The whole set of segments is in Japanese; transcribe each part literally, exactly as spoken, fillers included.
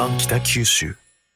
ァン北九州。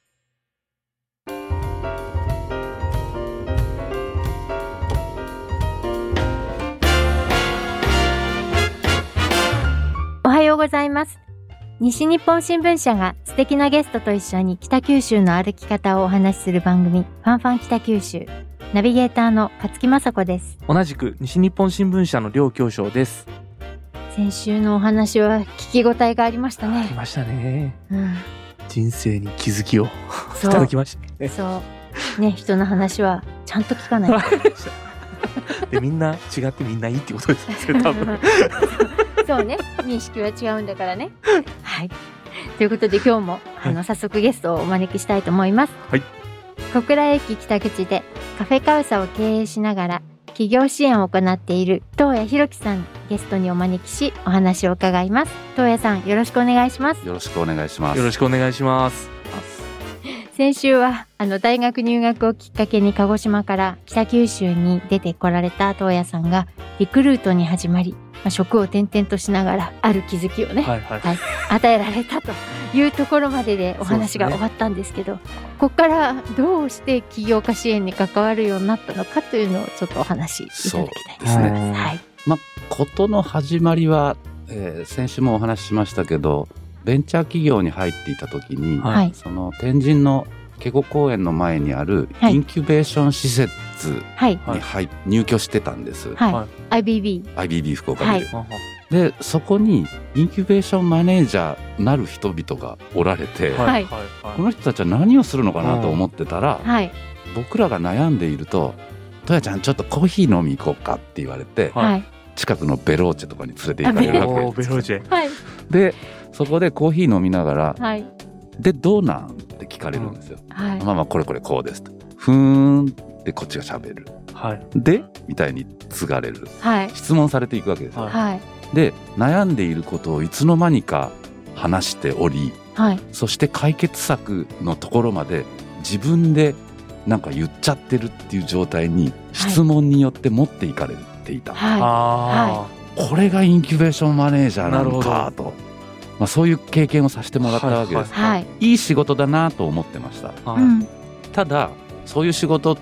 おはようございます。西日本新聞社が素敵なゲストと一緒に北九州の歩き方をお話しする番組、ファンファン北九州。ナビゲーターの勝木雅子です。 同じく西日本新聞社の両教授です。 先週のお話は聞き応えがありましたね。 ありましたね、 うん、 人生に気づきをいただきましたね。 そうね、人の話はちゃんと聞かないでみんな違ってみんないいってことですよ多分そうね、認識は違うんだからね。はい。ということで今日も、はい、あの早速ゲストをお招きしたいと思います。 はい。 小倉駅北口でカフェカウサを経営しながら企業支援を行っている東谷弘樹さん、ゲストにお招きしお話を伺います。東谷さん、よろしくお願いします。 よろしくお願いします。 よろしくお願いします。 先週はあの大学入学をきっかけに鹿児島から北九州に出てこられた東谷さんがリクルートに始まり、まあ、職を転々としながらある気づきをね、はいはいはい、与えられたというところまででお話が終わったんですけど、ね、ここからどうして起業家支援に関わるようになったのかというのをちょっとお話しいただきたいですね。はい。 まあ、ことの始まりは、えー、先週もお話ししましたけど、ベンチャー企業に入っていた時に、はい、その天神の警固公園の前にあるインキュベーション施設に、はいはい、入居してたんです、 はい、アイビービーアイビービー 福岡ビル、はい、でそこにインキュベーションマネージャーなる人々がおられて、はい、この人たちは何をするのかなと思ってたら、はい、僕らが悩んでいると、とやちゃんちょっとコーヒー飲み行こうかって言われて、はい、近くのベローチェとかに連れて行かれるわけです。 ベローチェ、 はい、 でそこでコーヒー飲みながら、 はい、 でどうなんって聞かれるんですよ、うん、はい、まあまあこれこれこうですと、ふーんってこっちが喋る、はい、でみたいに継がれる、はい、質問されていくわけですよ、はい、で悩んでいることをいつの間にか話しており、はい、そして解決策のところまで自分でなんか言っちゃってるっていう状態に質問によって持っていかれていた、はいはい、これがインキュベーションマネージャーなのかと、まあ、そういう経験をさせてもらったわけです、はいはい、いい仕事だなと思ってました、はい、ただそういう仕事って、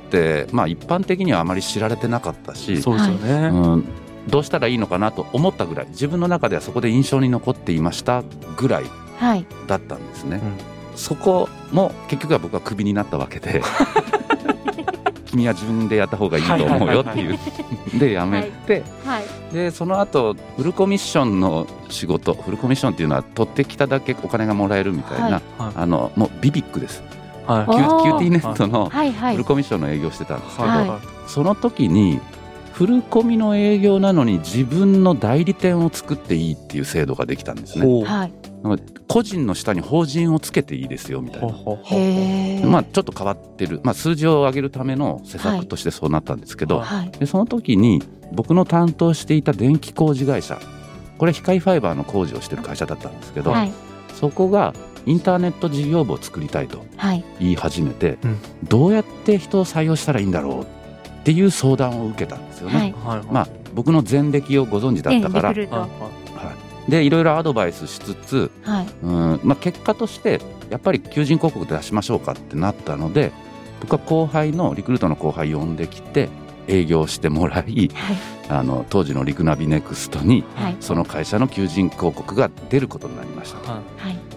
まあ、一般的にはあまり知られてなかったし、 そうですよね、 うん、どうしたらいいのかなと思ったぐらい、自分の中ではそこで印象に残っていましたぐらいだったんですね、はい、うん、そこも結局は僕はクビになったわけで君は自分でやった方がいいと思うよっていうでやめて、はいはい、でその後フルコミッションの仕事、フルコミッションっていうのは取ってきただけお金がもらえるみたいな、はい、あのもうビビックです、はい、キュ, キューティーネットのフルコミッションの営業してたんですけど、はいはい、その時にフルコミの営業なのに自分の代理店を作っていいっていう制度ができたんですね、はい、個人の下に法人をつけていいですよみたいな、へ、まあ、ちょっと変わってる、まあ、数字を上げるための施策としてそうなったんですけど、はい、でその時に僕の担当していた電気工事会社、これ光ファイバーの工事をしてる会社だったんですけど、はい、そこがインターネット事業部を作りたいと言い始めて、はい、うん、どうやって人を採用したらいいんだろうっていう相談を受けたんですよね、はい、まあ、僕の前歴をご存知だったから、はい、でいろいろアドバイスしつつ、はい、うん、まあ、結果としてやっぱり求人広告出しましょうかってなったので、僕は後輩のリクルートの後輩呼んできて営業してもらい、はい、あの当時のリクナビネクストにその会社の求人広告が出ることになりました、はい、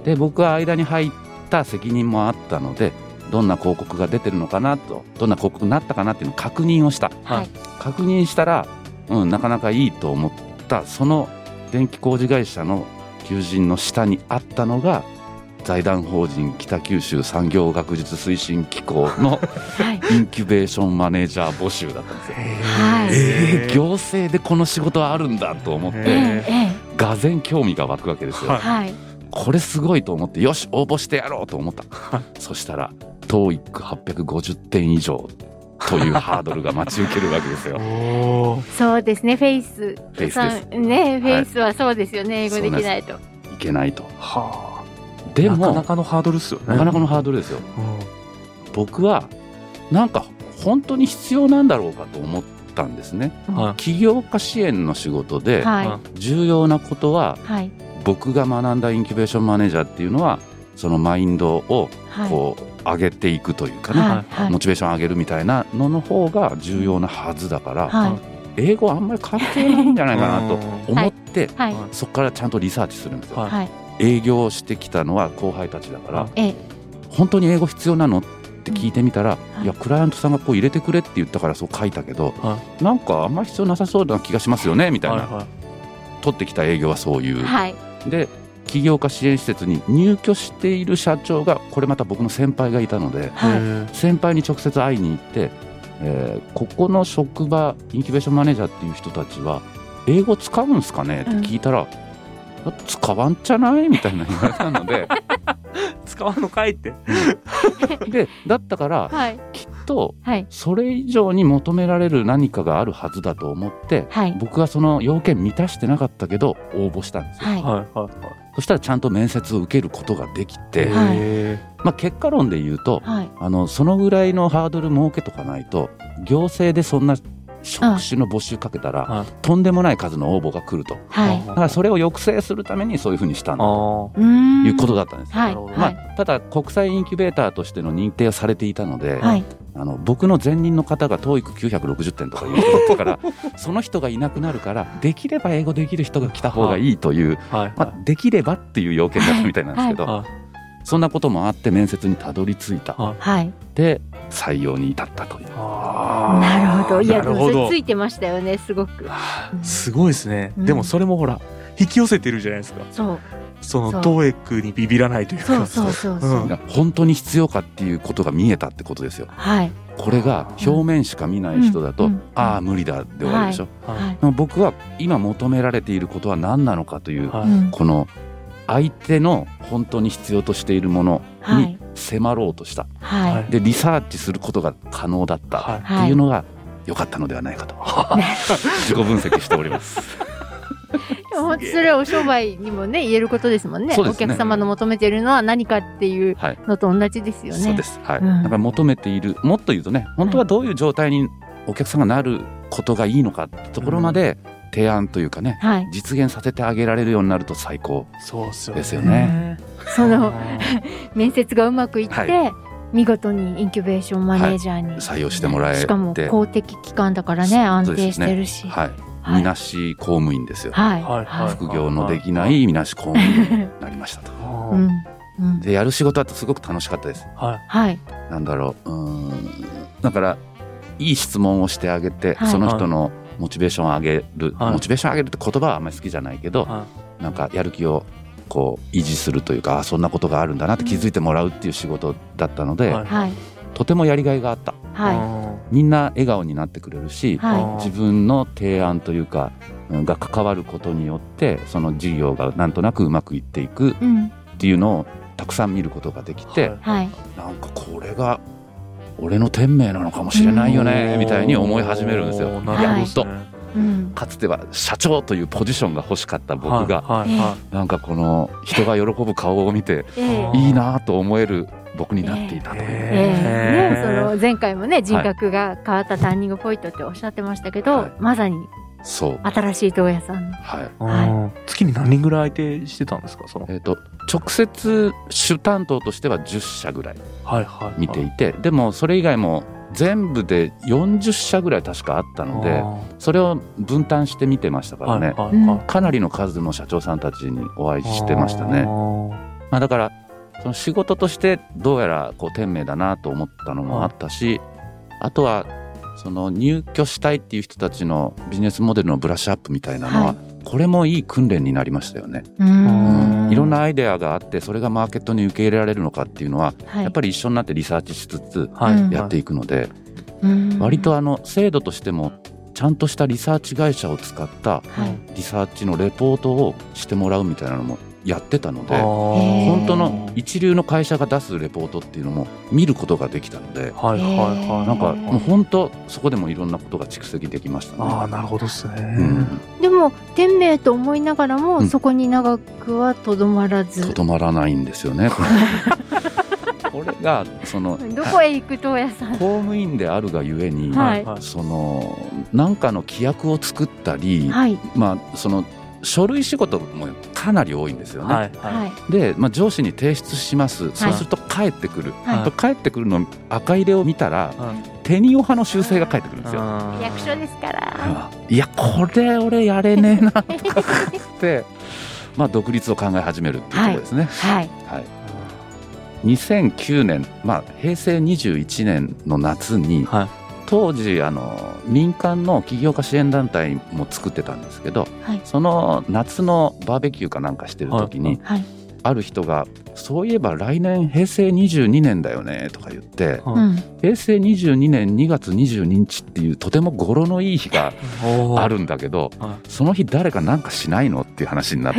で僕は間に入った責任もあったので、どんな広告が出てるのかなと、どんな広告になったかなっていうのを確認をした、はい、確認したら、うん、なかなかいいと思った。その電気工事会社の求人の下にあったのが財団法人北九州産業学術推進機構のインキュベーションマネージャー募集だったんですよ、はい、えー、行政でこの仕事はあるんだと思ってがぜん興味が湧くわけですよ、はい、これすごいと思って、よし応募してやろうと思ったそしたら トーイックはっぴゃくごじゅってん以上というハードルが待ち受けるわけですよそうですね、フェイスフェイスですね、フェイスはそうですよね、はい、英語できないといけないと、はあ、でもなかなかのハードルですよね。 なかなかのハードルですよ、うん、僕はなんか本当に必要なんだろうかと思ったんですね、はい、起業家支援の仕事で重要なことは、はい、僕が学んだインキュベーションマネージャーっていうのはそのマインドをこう上げていくというかね、はいはい、モチベーション上げるみたいなのの方が重要なはずだから、はい、英語はあんまり関係ないんじゃないかなと思って、はいはい、そこからちゃんとリサーチするんですよ、はい、営業してきたのは後輩たちだから、はい、本当に英語必要なのって聞いてみたら、うん、いやクライアントさんがこう入れてくれって言ったからそう書いたけど、はい、なんかあんまり必要なさそうな気がしますよねみたいな、はいはい、取ってきた営業はそういう、はい、で起業家支援施設に入居している社長がこれまた僕の先輩がいたので、はい、先輩に直接会いに行って、えー、ここの職場インキュベーションマネージャーっていう人たちは英語使うんすかねって聞いたら、うん、使わんじゃないみたいな言われたので使わんのかいって、 うん、でだったから、はい、きっとそれ以上に求められる何かがあるはずだと思って、はい、僕はその要件満たしてなかったけど応募したんですよ、はいはいはい、そしたらちゃんと面接を受けることができて、はいまあ、結果論で言うと、はい、あのそのぐらいのハードル設けとかないと行政でそんな職種の募集かけたら、はい、とんでもない数の応募が来ると、はい、だからそれを抑制するためにそういうふうにしたんだということだったんです、はいまあ、ただ国際インキュベーターとしての認定をされていたので、はい、あの僕の前任の方が トーイックきゅうひゃくろくじゅってんとかいう人だったからその人がいなくなるからできれば英語できる人が来た方がいいという、はいまあ、できればっていう要件だったみたいなんですけど、はいはい、そんなこともあって面接にたどり着いた、はい、で採用に至ったという。 あなるほど。いやでもそれついてましたよねすごく、 うん、すごいですね、うん、でもそれもほら引き寄せてるじゃないですか。そうそのトーエックにビビらないというかそうそうそうそう、うん、 本当に必要かっていうことが見えたってことですよ、はい、これが表面しか見ない人だと、うん、ああ無理だで終わるでしょ、はいはい、僕は今求められていることは何なのかという、はい、この相手の本当に必要としているものに迫ろうとした、はい、でリサーチすることが可能だったっていうのが良かったのではないかと、はい、自己分析しておりますでもそれはお商売にもね言えることですもん ね, ねお客様の求めているのは何かっていうのと同じですよね、はい、 そうです、はいうん、だから求めているもっと言うとね本当はどういう状態にお客さんがなることがいいのかってところまで、うん提案というかね、はい、実現させてあげられるようになると最高ですよね。 その面接がうまくいって、はい、見事にインキュベーションマネージャーに、はい、 採用してもらえてしかも公的機関だからね安定してるし、 ねはいはい、みなし公務員ですよ、はい、副業のできないみなし公務員になりましたと、うんうん、でやる仕事だとすごく楽しかったです、はい、なんだろう、うーんだからいい質問をしてあげて、はい、その人のモチベーションを上げる、はい、モチベーションを上げるって言葉はあんまり好きじゃないけど、はい、なんかやる気をこう維持するというかそんなことがあるんだなって気づいてもらうっていう仕事だったので、はい、とてもやりがいがあった、はい、みんな笑顔になってくれるし、はい、自分の提案というかが関わることによってその事業がなんとなくうまくいっていくっていうのをたくさん見ることができて、はい、なんかこれが俺の天命なのかもしれないよねみたいに思い始めるんですよ。やっと、うん、かつては社長というポジションが欲しかった僕が、はいはいはい、なんかこの人が喜ぶ顔を見て、えー、いいなと思える僕になっていたという、 えーえーね、その前回もね人格が変わったターニングポイントっておっしゃってましたけど、はい、まさにそう新しい東野さんの、はいはい、月に何人ぐらい相手してたんですかその、 えーと、直接主担当としてはじゅっしゃぐらい見ていて、はいはいはい、でもそれ以外も全部でよんじゅっしゃぐらい確かあったのでそれを分担して見てましたからね、はいはいはい、かなりの数の社長さんたちにお会いしてましたね。まあ、だからその仕事としてどうやらこう天命だなと思ったのもあったし、はい、あとはその入居したいっていう人たちのビジネスモデルのブラッシュアップみたいなのは、はい、これもいい訓練になりましたよね。うん、いろんなアイデアがあってそれがマーケットに受け入れられるのかっていうのは、はい、やっぱり一緒になってリサーチしつつやっていくので、はい、割とあの制度としてもちゃんとしたリサーチ会社を使ったリサーチのレポートをしてもらうみたいなのもやってたので、本当の一流の会社が出すレポートっていうのも見ることができたので、はいはいはい、なんかもう本当そこでもいろんなことが蓄積できましたね。 ああ、なるほどですね、うん、 でも天命と思いながらも、うん、そこに長くはとどまらずとどまらないんですよねこれがそのどこへ行く東野さん公務員であるがゆえに、はい、その何かの規約を作ったり、はい、まあその書類仕事もかなり多いんですよね、はいはい、で、まあ、上司に提出します、はい、そうすると帰ってくる、はい、帰ってくるの赤入れを見たら、はい、テニオ派の修正が返ってくるんですよ。 役所ですから、 いやこれ俺やれねえなとかってまあ独立を考え始めるっていうところですね、はいはいはい、にせんきゅうねん、まあ、へいせいにじゅういちねんの夏に、はい、当時あの民間の起業家支援団体も作ってたんですけど、はい、その夏のバーベキューかなんかしてる時に、はい、ある人がそういえば来年へいせいにじゅうにねんだよねとか言って、うん、へいせいにじゅうにねんにがつにじゅうににちっていうとても語呂のいい日があるんだけどその日誰かなんかしないのっていう話になって、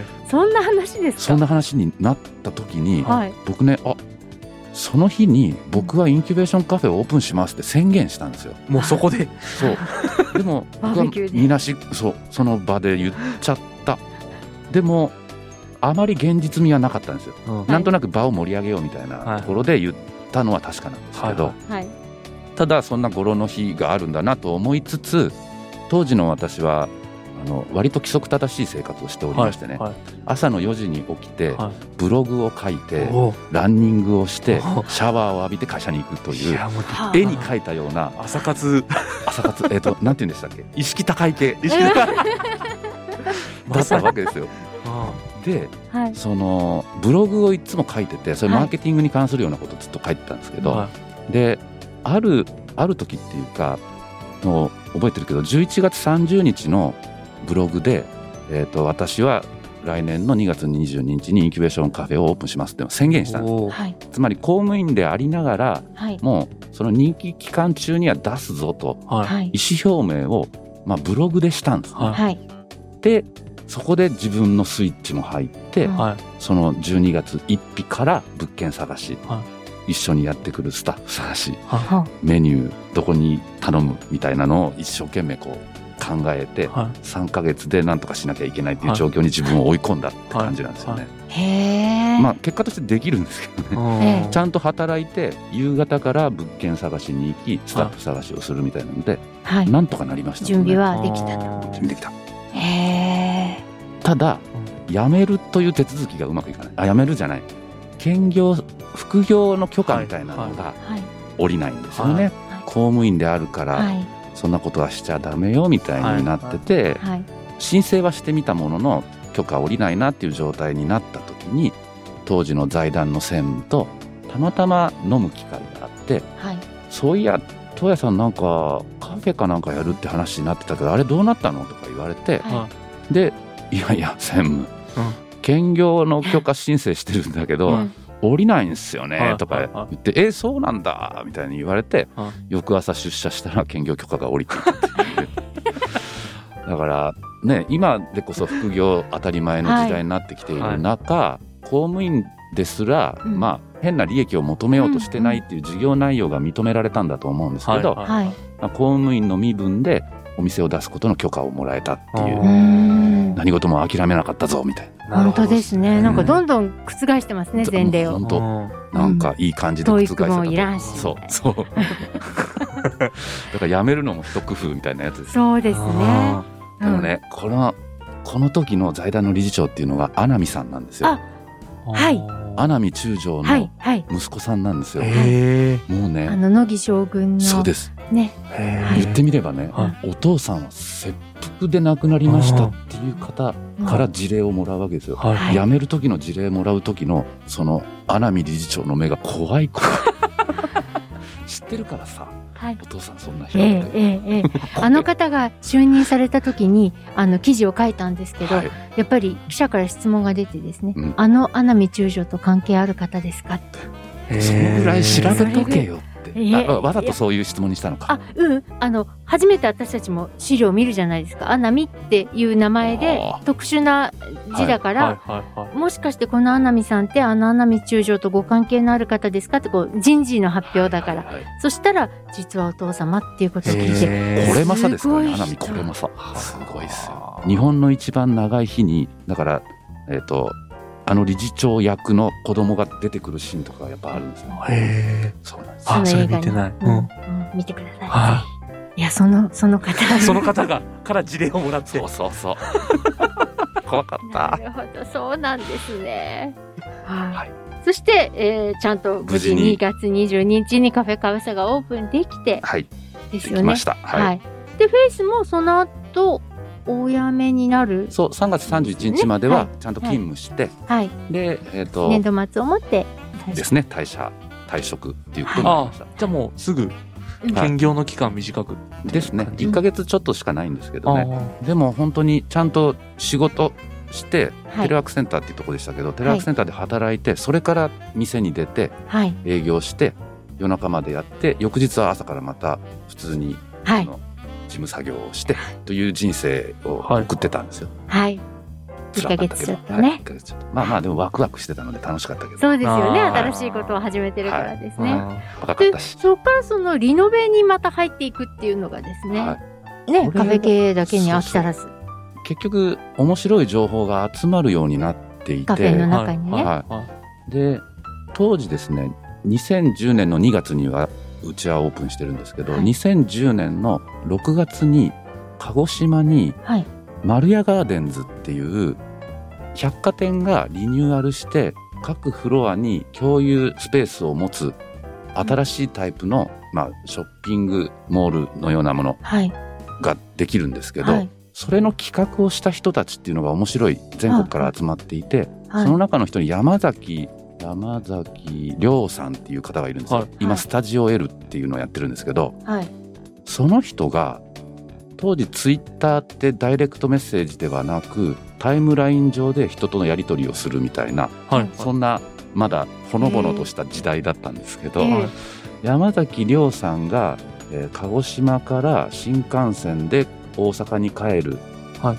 そんな話ですか？ そんな話になった時に、はい、僕ねあその日に僕はインキュベーションカフェをオープンしますって宣言したんですよ。 もうそこでそうでも僕はみなしそうその場で言っちゃった。でもあまり現実味はなかったんですよ、うん、なんとなく場を盛り上げようみたいなところで言ったのは確かなんですけど、はいはい、ただそんな語呂の日があるんだなと思いつつ当時の私はあの割と規則正しい生活をしておりましてね、はいはい、朝のよじに起きて、はい、ブログを書いてランニングをしてシャワーを浴びて会社に行くという絵に描いたような朝活朝活えっとなんて言うんでしたっけ意識高い系意識高いだったわけですよで、はい、そのブログをいつも書いててそれマーケティングに関するようなことをずっと書いてたんですけど、はい、であるある時っていうかもう覚えてるけどじゅういちがつさんじゅうにちのブログで、えー、と私は来年のにがつにじゅうににちにインキュベーションカフェをオープンしますって宣言したんです、はい、つまり公務員でありながら、はい、もうその任期期間中には出すぞと、はい、意思表明を、まあ、ブログでしたんですね、はい、でそこで自分のスイッチも入って、はい、そのじゅうにがつついたちから物件探し、はい、一緒にやってくるスタッフ探し、はい、メニューどこに頼むみたいなのを一生懸命こう考えて、はい、さんかげつで何とかしなきゃいけないっていう状況に自分を追い込んだって感じなんですよね、はいはい、へー、まあ、結果としてできるんですけどねちゃんと働いて夕方から物件探しに行きスタッフ探しをするみたいなので、はい、なんとかなりました、ね、 準備はできたと。 準備できた。 へー。 ただ辞めるという手続きがうまくいかない。あ辞めるじゃない兼業副業の許可みたいなのが下りないんですよね、はいはい、公務員であるから、はい、そんなことはしちゃダメよみたいになってて、はいはい、申請はしてみたものの許可下りないなっていう状態になった時に当時の財団の専務とたまたま飲む機会があって、はい、そういや東谷さんなんかカフェかなんかやるって話になってたけどあれどうなったのとか言われて、はい、でいやいや専務、うん、兼業の許可申請してるんだけど、うん、降りないんですよね、はい、とか言って、はい、えそうなんだみたいに言われて、はい、翌朝出社したら兼業許可が降りてたっていうだからね今でこそ副業当たり前の時代になってきている中、はい、公務員ですら、うん、まあ変な利益を求めようとしてないっていう事業内容が認められたんだと思うんですけど、はいはいまあ、公務員の身分でお店を出すことの許可をもらえたっていう何事も諦めなかったぞみたいな。本当ですね。なんかどんどん覆してますね、前例を。 本当なんかいい感じで覆せたと、うん、 教育もいらんしそうそうだからやめるのも一工夫みたいなやつです。 そうですね。 でもね、うん、このこの時の財団の理事長っていうのが阿南さんなんですよ。 あはい阿南中将の息子さんなんですよ、はいはい、もうねあの乃木将軍のそうですね言ってみればね、はい、お父さんは切腹で亡くなりましたっていう方から事例をもらうわけですよ、はい、辞める時の事例もらう時のその阿南理事長の目が怖い怖い知ってるからさ、はい、お父さんそんな人だよ、 ええええ、あの方が就任された時にあの記事を書いたんですけど、はい、やっぱり記者から質問が出てですね、うん、あの阿南中将と関係ある方ですかってそのぐらい調べとけよってあわざとそういう質問にしたのか。 あうんあの初めて私たちも資料を見るじゃないですか。阿南っていう名前で特殊な字だから、はいはいはいはい、もしかしてこの阿南さんってあの阿南中将とご関係のある方ですかってこう人事の発表だから、はいはいはい、そしたら実はお父様っていうことを聞いてこれまさですからね。阿南これまさすごいですよ。日本の一番長い日にだからえっ、ー、とあの理事長役の子供が出てくるシーンとかやっぱあるんですよ。 へーそうなんです。あそれ見てない、 うんうん、見てください、はい、いやそのその方その方がから事例をもらってそうそうそう怖かった。 なるほど、そうなんですね。はい。はい、そして、えー、ちゃんと無事にがつにじゅうににちにカフェカウサがオープンできて、 はい。 ですよね。 できました。はい。はい、 で、フェイスもその後、お辞めになる、ね、 そう、さんがつさんじゅういちにちまではちゃんと勤務して、はい。で、えっと、 年度末をもって、 ですね、退社、退職っていうことになりました。 ああ、じゃあもうすぐ、兼業の期間短くですね。いっかげつちょっとしかないんですけどね。うん、でも本当にちゃんと仕事して、はい、テレワークセンターっていうところでしたけど、テレワークセンターで働いて、それから店に出て、はい、営業して、夜中までやって、翌日は朝からまた普通に、はい、事務作業をしてという人生を送ってたんですよ。はい。 いっかげつちょっとね。はい、いっかげつちょっと。 まあまあでもワクワクしてたので楽しかったけど。 そうですよね。新しいことを始めてるからですね。 はい、若かったし。 そこからそのリノベにまた入っていくっていうのがですね。はい、ね、カフェ経営だけに飽き足らず。そうそう、 結局面白い情報が集まるようになっていて。 カフェの中にね。 はいはい、で、当時ですね、にせんじゅうねんのにがつにはうちはオープンしてるんですけど、はい、にせんじゅうねんのろくがつに鹿児島に丸屋ガーデンズっていう百貨店がリニューアルして各フロアに共有スペースを持つ新しいタイプの、まあ、ショッピングモールのようなものができるんですけど、はい、それの企画をした人たちっていうのが面白い全国から集まっていて、はい、その中の人に山崎山崎亮さんっていう方がいるんですよ、はい、今スタジオ L っていうのをやってるんですけど、はい、その人が当時ツイッターってダイレクトメッセージではなくタイムライン上で人とのやり取りをするみたいな、はい、そんなまだほのぼのとした時代だったんですけど、えー、山崎亮さんが、えー、鹿児島から新幹線で大阪に帰る、はい、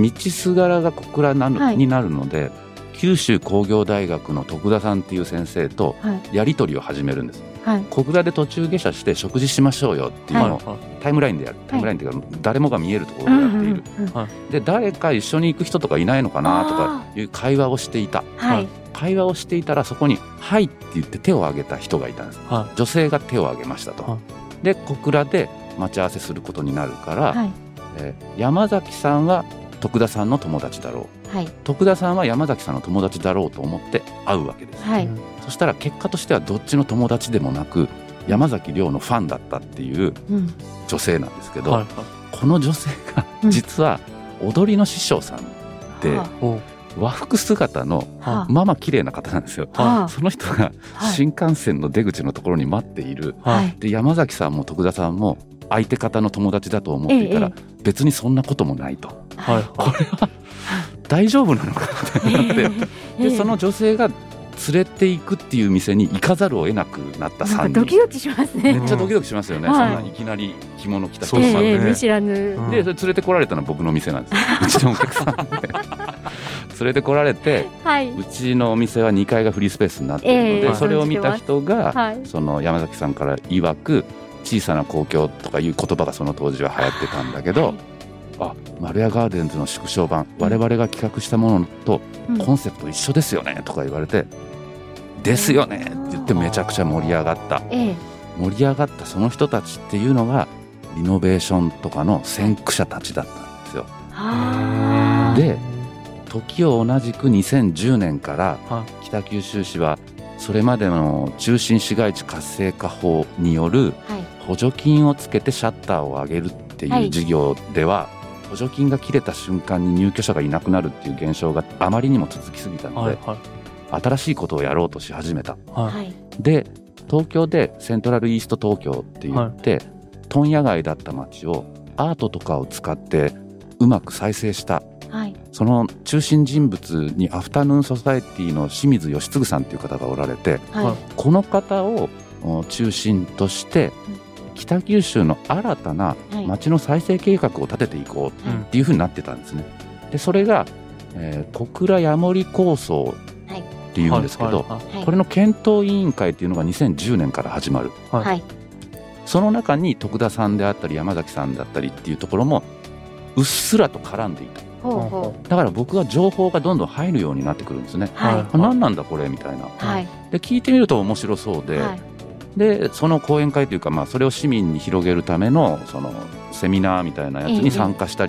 道すがらが小倉なる、はい、になるので九州工業大学の徳田さんっていう先生とやり取りを始めるんです、はい、小倉で途中下車して食事しましょうよっていうのをタイムラインでやる、はい、タイムラインっていうか誰もが見えるところでやっている、はい、で誰か一緒に行く人とかいないのかなとかいう会話をしていた、はい、会話をしていたらそこにはいって言って手を挙げた人がいたんです、はい、女性が手を挙げましたと、はい、で小倉で待ち合わせすることになるから、はい、えー、山崎さんは徳田さんの友達だろう、はい、徳田さんは山崎さんの友達だろうと思って会うわけです、はい、そしたら結果としてはどっちの友達でもなく山崎亮のファンだったっていう女性なんですけど、うん、はい、この女性が実は踊りの師匠さんで、うん、和服姿のまあまあ綺麗な方なんですよ、はあ、その人が新幹線の出口のところに待っている、はい、で山崎さんも徳田さんも相手方の友達だと思っていたら、ええ、別にそんなこともないと、はい、これは大丈夫なのかってなって、え、でその女性が連れていくっていう店に行かざるを得なくなったさんにん。 ドキドキしますね。 めっちゃドキドキしますよね、うん、そんないきなり着物着た人さんで、えー、見知らぬでそれ連れてこられたのは僕の店なんですようちのお客さんで連れてこられて、はい、うちのお店はにかいがフリースペースになっているので、えー、それを見た人が、はい、その山崎さんから曰く小さな公共とかいう言葉がその当時は流行ってたんだけど、はい、あ、丸屋ガーデンズの縮小版、我々が企画したものとコンセプト一緒ですよねとか言われて、うん、ですよねって言ってめちゃくちゃ盛り上がった、ええ、盛り上がったその人たちっていうのがリノベーションとかの先駆者たちだったんですよ。で時を同じくにせんじゅうねんから北九州市はそれまでの中心市街地活性化法による補助金をつけてシャッターを上げるっていう事業では、補助金が切れた瞬間に入居者がいなくなるっていう現象があまりにも続きすぎたので、はいはい、新しいことをやろうとし始めた、はい、で東京でセントラルイースト東京って言って、はい、問屋街だった街をアートとかを使ってうまく再生した、はい、その中心人物にアフタヌーンソサエティの清水義嗣さんという方がおられて、はい、この方を中心として北九州の新たな街の再生計画を立てていこうっていうふうになってたんですね。でそれが、えー、小倉ヤモリ構想っていうんですけど、はいはいはい、これの検討委員会っていうのがにせんじゅうねんから始まる、はい、その中に徳田さんであったり山崎さんだったりっていうところもうっすらと絡んでいた。ほうほう。だから僕は情報がどんどん入るようになってくるんですね、はい、何なんだこれみたいな、はい、で聞いてみると面白そうで、はい、でその講演会というか、まあ、それを市民に広げるためのそのセミナーみたいなやつに参加したり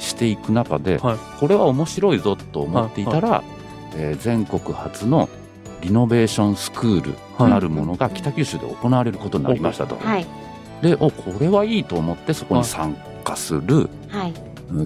していく中で、はい、これは面白いぞと思っていたら、はい、えー、全国初のリノベーションスクールなるものが北九州で行われることになりましたと、はい、でおこれはいいと思ってそこに参加する、はい、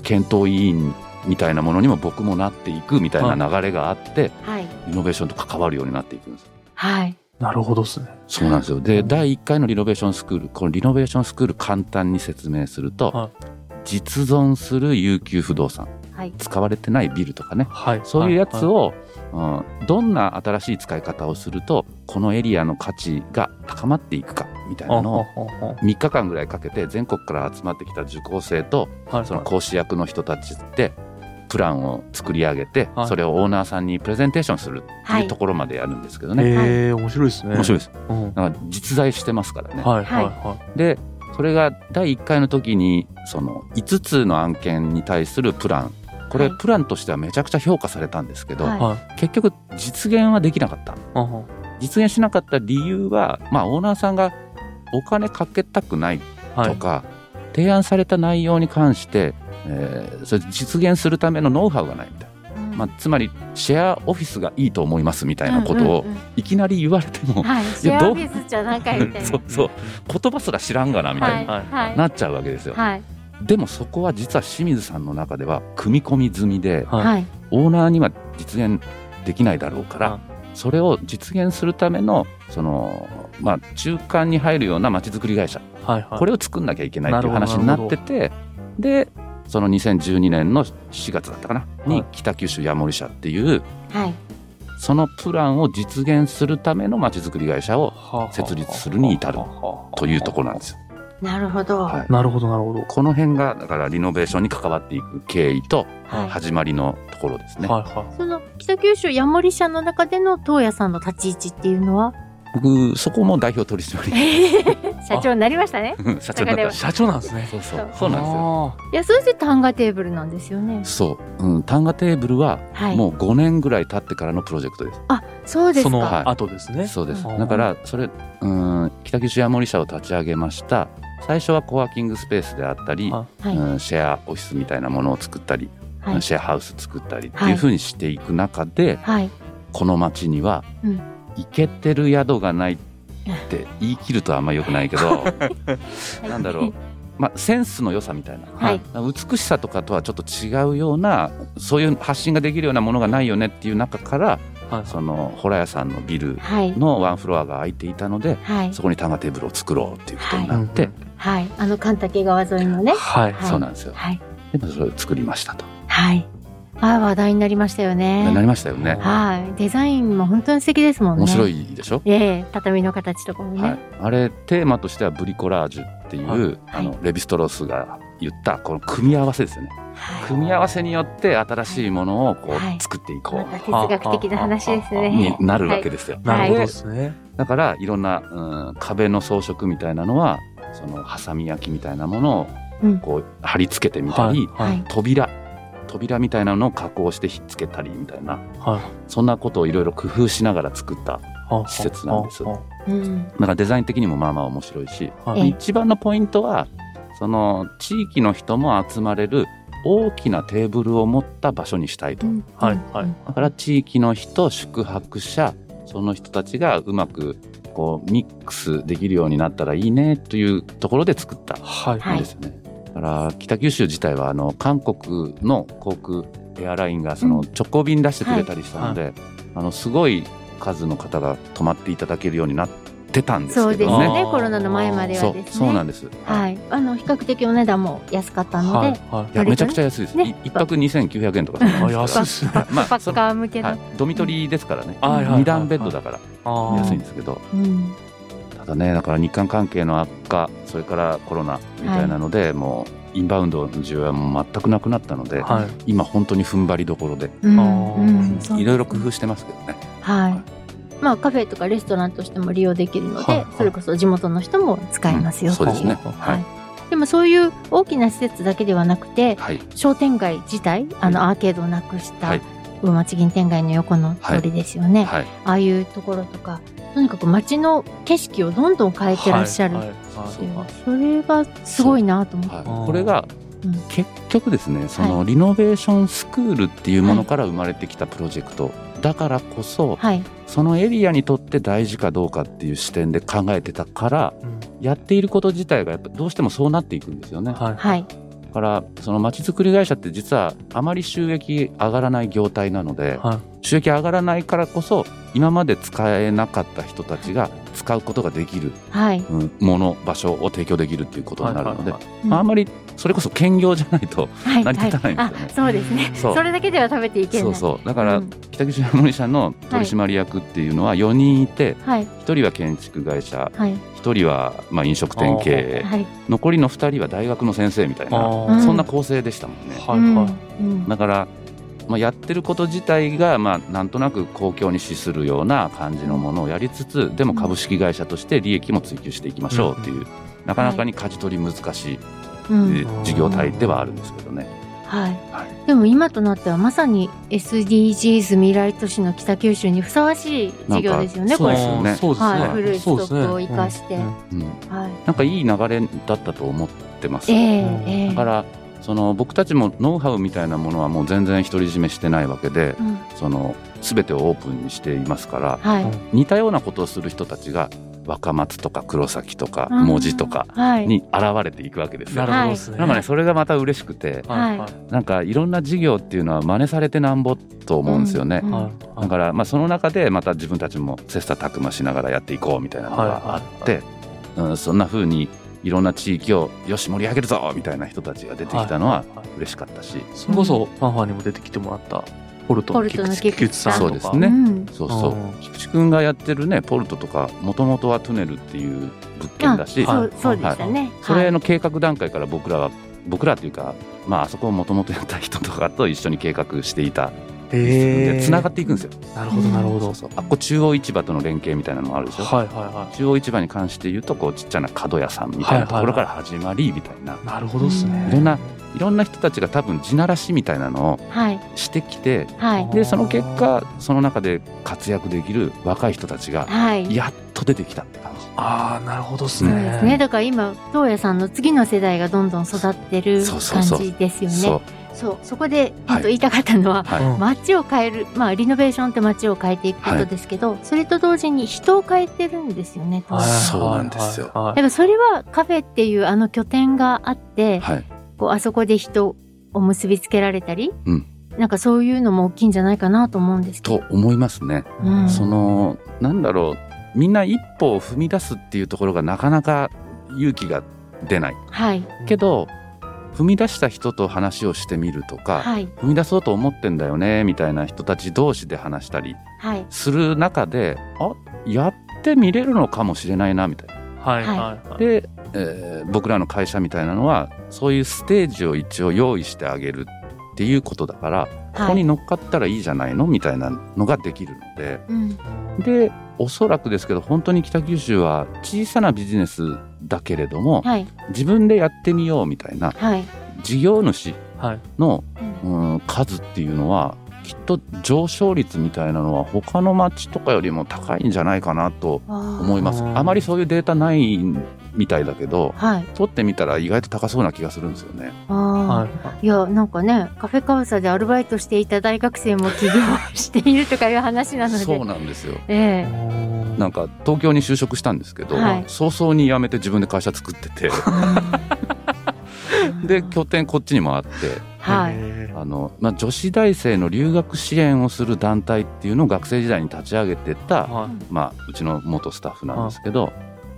検討委員みたいなものにも僕もなっていくみたいな流れがあって、はい、リノベーションと関わるようになっていくんです。 はい、 なるほどですね。 そうなんですよ。で、だいいっかいのリノベーションスクール、このリノベーションスクール簡単に説明すると、はい、実存する悠久不動産、はい、使われてないビルとかね、はい、そういうやつを、はいはい、うん、どんな新しい使い方をするとこのエリアの価値が高まっていくかみたいなのをみっかかんぐらいかけて全国から集まってきた受講生とその講師役の人たちでプランを作り上げて、はい、それをオーナーさんにプレゼンテーションするっていうところまでやるんですけどね。 はい、えー、面白いですね。 面白いです、うん、だから実在してますからね。はいはいはい、でそれがだいいっかいの時にそのいつつの案件に対するプラン、これプランとしてはめちゃくちゃ評価されたんですけど、はい、結局実現はできなかった、はい、実現しなかった理由は、まあ、オーナーさんがお金かけたくないとか、はい、提案された内容に関して、えー、それ実現するためのノウハウがないみたいな、うん、まあ、つまりシェアオフィスがいいと思いますみたいなことをいきなり言われても、 はい、シェアオフィスじゃなかいみたいなそうそう言葉すら知らんがなみたいになっちゃうわけですよ、はいはい、でもそこは実は清水さんの中では組み込み済みで、はい、オーナーには実現できないだろうから、はい、それを実現するためのその、まあ、中間に入るようなまちづくり会社、はいはい、これを作んなきゃいけないっていう話になってて、でそのにせんじゅうにねんのしがつだったかな、はい、に北九州ヤモリ社っていう、はい、そのプランを実現するためのまちづくり会社を設立するに至るというところなんですよ。 なるほど、 はい、なるほどなるほど。 この辺がだからリノベーションに関わっていく経緯と始まりのところですね、はいはいはい、 その北九州ヤモリ社の中での東野さんの立ち位置っていうのは？ 僕そこも代表取締役社長になりましたね社長になった。 社長なんですね。 そうそうそうなんですよ。 いやそれで単価テーブルなんですよね。 そう、うん、単価テーブルはもうごねんぐらい経ってからのプロジェクトです、 はい、あそうですか。 その後ですね、 はい、そうです。だからそれ、うん、北九州ヤモリ社を立ち上げました。最初はコワーキングスペースであったり、はい、うん、シェアオフィスみたいなものを作ったり、はい、シェアハウス作ったりっていう風にしていく中で、はい、この町にはイケてる宿がないって言い切るとあんま良くないけどなんだろう、まあ、センスの良さみたいな、はい、美しさとかとはちょっと違うようなそういう発信ができるようなものがないよねっていう中から、はい、そのホラ屋さんのビルのワンフロアが空いていたので、はい、そこに単価テーブルを作ろうっていうことになって、はいはい、あの神嶽川沿いのね、 はいはい、そうなんですよ、はい、でそれを作りましたと。 はい、あ話題になりましたよね。 なりましたよね。 はい、デザインも本当に素敵ですもんね。 面白いでしょ。 ええ、畳の形とかもね、はい、 あれテーマとしてはブリコラージュっていう、はい、あのレヴィストロースが言ったこの組み合わせですよね、はい、組み合わせによって新しいものをこう、はい、作っていこう、 また哲学的な話ですねになるわけですよ、 はい、なるほどですね。 だからいろんな、うん、壁の装飾みたいなのはそのハサミ焼きみたいなものをこう貼り付けてみたり、はいはい、扉扉みたいなのを加工してひっつけたりみたいな、はい、そんなことをいろいろ工夫しながら作った施設なんです。だからデザイン的にもまあまあ面白いし、はい、一番のポイントはその地域の人も集まれる大きなテーブルを持った場所にしたいと、うんはいはい、だから地域の人、宿泊者、その人たちがうまくこうミックスできるようになったらいいねというところで作ったんですよね、はい、だから北九州自体はあの韓国の航空エアラインがその直行便出してくれたりしたので、うんはい、あのすごい数の方が泊まっていただけるようになってたんですけどね。 そうですね、コロナの前まではですね。 そう、そうなんです、 はい、あの比較的お値段も安かったので、はいはい、 いやめちゃくちゃ安いです、ね、いっぱくにせんきゅうひゃくえんとかあ安いですね、 まあ、パッカー向けの、はい、 ドミトリーですからね、うん、にだんベッドだから安いんですけど、うん、ただね、だから日韓関係の悪化、それからコロナみたいなので、はい、もうインバウンドの需要はもう全くなくなったので、はい、今本当に踏ん張りどころで、うんうん、いろいろ工夫してますけどね、 はい、まあ、カフェとかレストランとしても利用できるので、はい、それこそ地元の人も使えますよ、うん、 そうですね、はい、 でもそういう大きな施設だけではなくて、はい、商店街自体、あのアーケードをなくした、はい、魚町銀天街の横の通りですよね、はいはい、ああいうところとか、とにかく街の景色をどんどん変えてらっしゃる、はいはいはい、それがすごいなと思って、 はい、これがうん、 結局ですねそのリノベーションスクールっていうものから生まれてきたプロジェクトだからこそ、はい、そのエリアにとって大事かどうかっていう視点で考えてたから、うん、やっていること自体がやっぱどうしてもそうなっていくんですよね。 はい、 だからその街づくり会社って実はあまり収益上がらない業態なので、はい、収益上がらないからこそ今まで使えなかった人たちが使うことができる、はいうん、もの場所を提供できるっていうことになるので、はいはいはいまあ、あんまりそれこそ兼業じゃないと成り立たないんですよね、はいはい、 あそうですね そ, それだけでは食べていけない。 そうそうだから、うん、北九州ヤモリ社の取締役っていうのはよにんいて、はい、ひとりは建築会社、はい、ひとりはまあ飲食店経営、はい、残りのふたりは大学の先生みたいなそんな構成でしたもんね、はいはいうん、だからまあ、やってること自体がまあなんとなく公共に資するような感じのものをやりつつでも株式会社として利益も追求していきましょうっていう、うん、なかなかに舵取り難しい、うん、事業体ではあるんですけどね、 はいはい、でも今となってはまさに エスディージーズ 未来都市の北九州にふさわしい事業ですよね。これそうですね、はい、 古いストックを生かして、うんうんはい、なんかいい流れだったと思ってます、えーえー、だからその僕たちもノウハウみたいなものはもう全然独り占めしてないわけで、うん、その全てをオープンにしていますから、はい、似たようなことをする人たちが若松とか黒崎とか門司とかに現れていくわけですよ、 はい、なるほどですね。 なんかねそれがまた嬉しくて、はい、なんかいろんな事業っていうのは真似されてなんぼと思うんですよね、うんうん、だからまあその中でまた自分たちも切磋琢磨しながらやっていこうみたいなのがあって、はいはいはいうん、そんな風にいろんな地域をよし盛り上げるぞみたいな人たちが出てきたのは嬉しかったし、はいはいはい、 それこそファンファンにも出てきてもらったポルトの菊池さんとかそうですね、うん、そうそう菊池くんがやってるねポルトとかもともとはトゥネルっていう物件だし、 はい、そうでしたね、はい、 それの計画段階から僕らは僕らというか、まあ、あそこをもともとやった人とかと一緒に計画していたでつながっていくんですよ。 なるほどなるほど。 そうそうあっこ中央市場との連携みたいなのもあるでしょ、はいはいはい、中央市場に関して言うとこうちっちゃな角屋さんみたいなところから始まりみたいな、はいはいはい、 なるほどですね。 いろんないろんな人たちが多分地ならしみたいなのをしてきて、はい、でその結果その中で活躍できる若い人たちがやっと出てきたって感じ、はい、 ああなるほどですね。 そうですね。だから今東谷さんの次の世代がどんどん育ってる感じですよね。そうそうそうそうそこで本当言いたかったのは、はいはい、街を変える、まあ、リノベーションって街を変えていくことですけど、はい、それと同時に人を変えてるんですよね。 そうなんですよ。だからそれはカフェっていうあの拠点があって、はい、こうあそこで人を結びつけられたり、うん、なんかそういうのも大きいんじゃないかなと思うんですけど。 と思いますね、うん、そのなんだろうみんな一歩を踏み出すっていうところがなかなか勇気が出ない、はい、けど踏み出した人と話をしてみるとか、はい、踏み出そうと思ってんだよねみたいな人たち同士で話したりする中で、はい、あやってみれるのかもしれないなみたいな、はいはいはい、で、えー、僕らの会社みたいなのはそういうステージを一応用意してあげるっていうことだから、はい、ここに乗っかったらいいじゃないのみたいなのができるので、うん、でおそらくですけど本当に北九州は小さなビジネスだけれども、はい、自分でやってみようみたいな、はい、事業主の、はいうん、数っていうのはきっと上昇率みたいなのは他の町とかよりも高いんじゃないかなと思います。 あ, あまりそういうデータないみたいだけど、はい、取ってみたら意外と高そうな気がするんですよね。 あ、はい、いやなんかねカフェカウサでアルバイトしていた大学生も起業しているとかいう話なのでそうなんですよ、えー、なんか東京に就職したんですけど、はい、早々に辞めて自分で会社作っててで拠点こっちにもあって、はいあのまあ、女子大生の留学支援をする団体っていうのを学生時代に立ち上げてた、はいまあ、うちの元スタッフなんですけど、はい、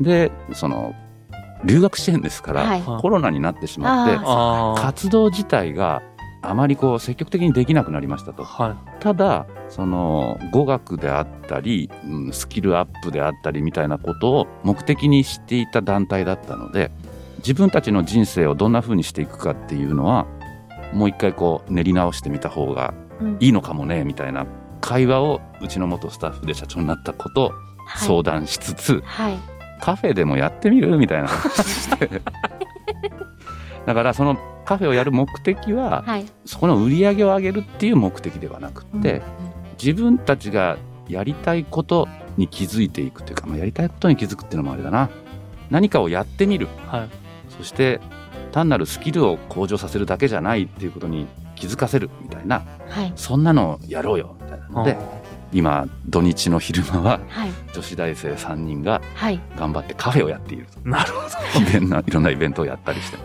でその留学支援ですから、はい、コロナになってしまって活動自体があまりこう積極的にできなくなりましたと、はい、ただその語学であったり、うん、スキルアップであったりみたいなことを目的にしていた団体だったので自分たちの人生をどんな風にしていくかっていうのはもう一回こう練り直してみた方がいいのかもねみたいな会話をうちの元スタッフで社長になったことを相談しつつ、はいはい、カフェでもやってみるみたいな話してだからそのカフェをやる目的は、はい、そこの売り上げを上げるっていう目的ではなくって、うん、自分たちがやりたいことに気づいていくというか、まあ、やりたいことに気づくっていうのもあれだな何かをやってみる、はい、そして単なるスキルを向上させるだけじゃないっていうことに気づかせるみたいな、 はい、 そんなのやろうよみたいなので、今土日の昼間は女子大生さんにんが頑張ってカフェをやっている、 はい、なるほど。 イベントいろんなイベントをやったりしてます。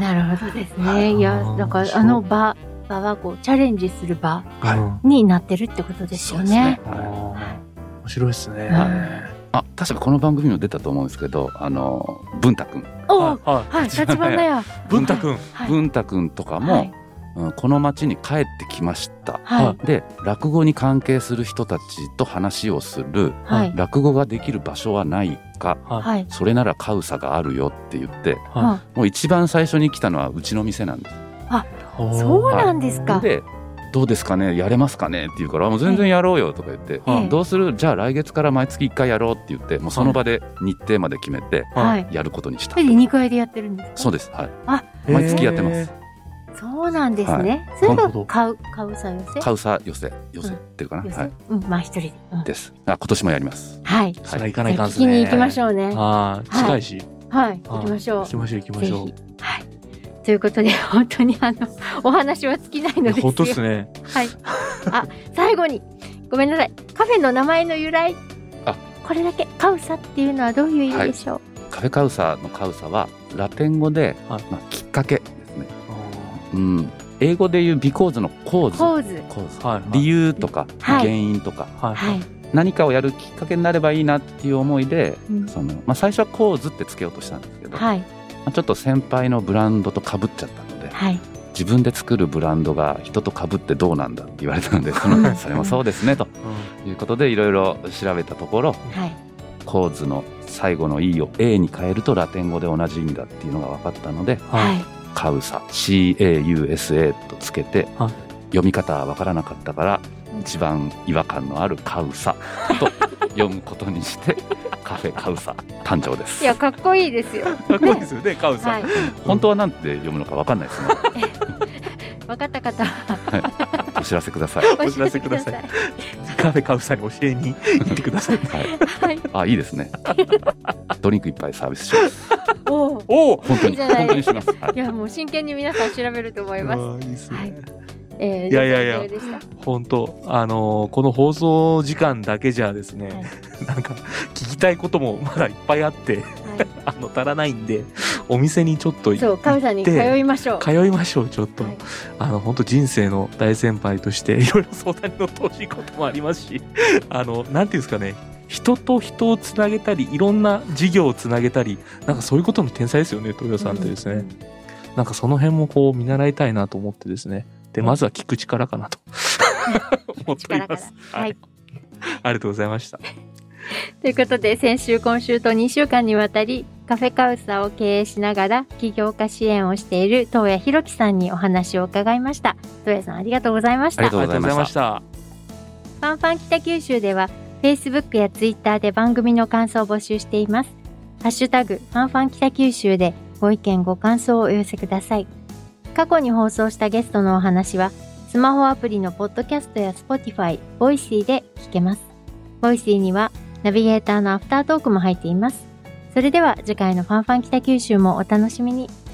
なるほどですね。いやだからあの場場はこうチャレンジする場になってるってことですよね。 はい、面白いですね。 はい、 あ、確かこの番組にも出たと思うんですけど、あの文太くん、 お、はい、はい、立花屋文太くん、 文太くんとかも、はいうん、この町に帰ってきました、 はい、 で落語に関係する人たちと話をする、はい、落語ができる場所はないか、はい、それならカウサがあるよって言って、はい、もう一番最初に来たのはうちの店なんです。 あ、そうなんですか。 でどうですかね、やれますかねって言うから、もう全然やろうよとか言って、はい、どうする、じゃあ来月から毎月いっかいやろうって言って、もうその場で日程まで決めてやることにした、 はい、でにかいでやってるんですか。 そうです、はい、 あ、 毎月やってます。 そうなんですね、はい、それがカウカウサ寄せカウサ寄せ寄せっていうかな、うん、はい、 うん、まあ一人で、うん、 ですあ、今年もやります。 はい、 それは行かないかんですね。 聞きに行きましょうね。 あ、近いし、 はい、行きましょう。 行きましょう行きましょう。 はい。ということで本当にあのお話は尽きないのですよ。 本当ですね。 はい。あ、最後にごめんなさい。カフェの名前の由来。あ、これだけカウサっていうのはどういう意味でしょう。はい、 カフェカウサのカウサはラテン語で、はい、まあ、きっかけですね。うん。英語でいう because の構図、 構図、 構図、はい、理由とか、はい、原因とか、はいはい、何かをやるきっかけになればいいなっていう思いで、うん、そのまあ、最初は構図ってつけようとしたんですけど、はい、まあ、ちょっと先輩のブランドと被っちゃったので、はい、自分で作るブランドが人と被ってどうなんだって言われたので、そのそれもそうですねということでいろいろ調べたところ、はい、構図の最後の E を A に変えるとラテン語で同じ意味だっていうのが分かったので、はい、カウサ シーエーユーエスエー とつけて、読み方は分からなかったから一番違和感のあるカウサと読むことにしてカフェカウサ誕生です。 いや、かっこいいですよ。 かっこいいですよね、カウサ、はい、 本当はなんて読むのか分かんないですね。 分かった方、はい、 お知らせください。 お知らせください。カフェカウサに教えに行ってください。 はい、あ、いいですね。ドリンクいっぱいサービスします。 おお、本当に本当にします。 はい、いや、もう真剣に皆さん調べると思います。 いいですね。はい、 えー、 いやいやいや、本当あのー、この放送時間だけじゃですね、はい、なんか聞きたいこともまだいっぱいあって、はい、あの足らないんで、お店にちょっと行って、 そう、カウサに通いましょう。 通いましょう、ちょっと。はい、あの本当人生の大先輩としていろいろ相談に乗ってほしいこともありますし、あのなんていうんですかね。人と人をつなげたり、いろんな事業をつなげたり、なんかそういうことの天才ですよね、東洋さんってですね、うん、なんかその辺もこう見習いたいなと思ってですね、でまずは聞く力かなと思っております。はい、はい、ありがとうございました。 ということで、先週今週とにしゅうかんにわたりカフェカウサを経営しながら起業家支援をしている東谷弘樹さんにお話を伺いました。東谷さん、ありがとうございました。 ありがとうございました。 ファンファン北九州ではFacebook や Twitter で番組の感想を募集しています。ハッシュタグファンファン北九州でご意見ご感想をお寄せください。過去に放送したゲストのお話はスマホアプリのポッドキャストや Spotify、Voicy で聞けます。Voicy にはナビゲーターのアフタートークも入っています。それでは次回のファンファン北九州もお楽しみに。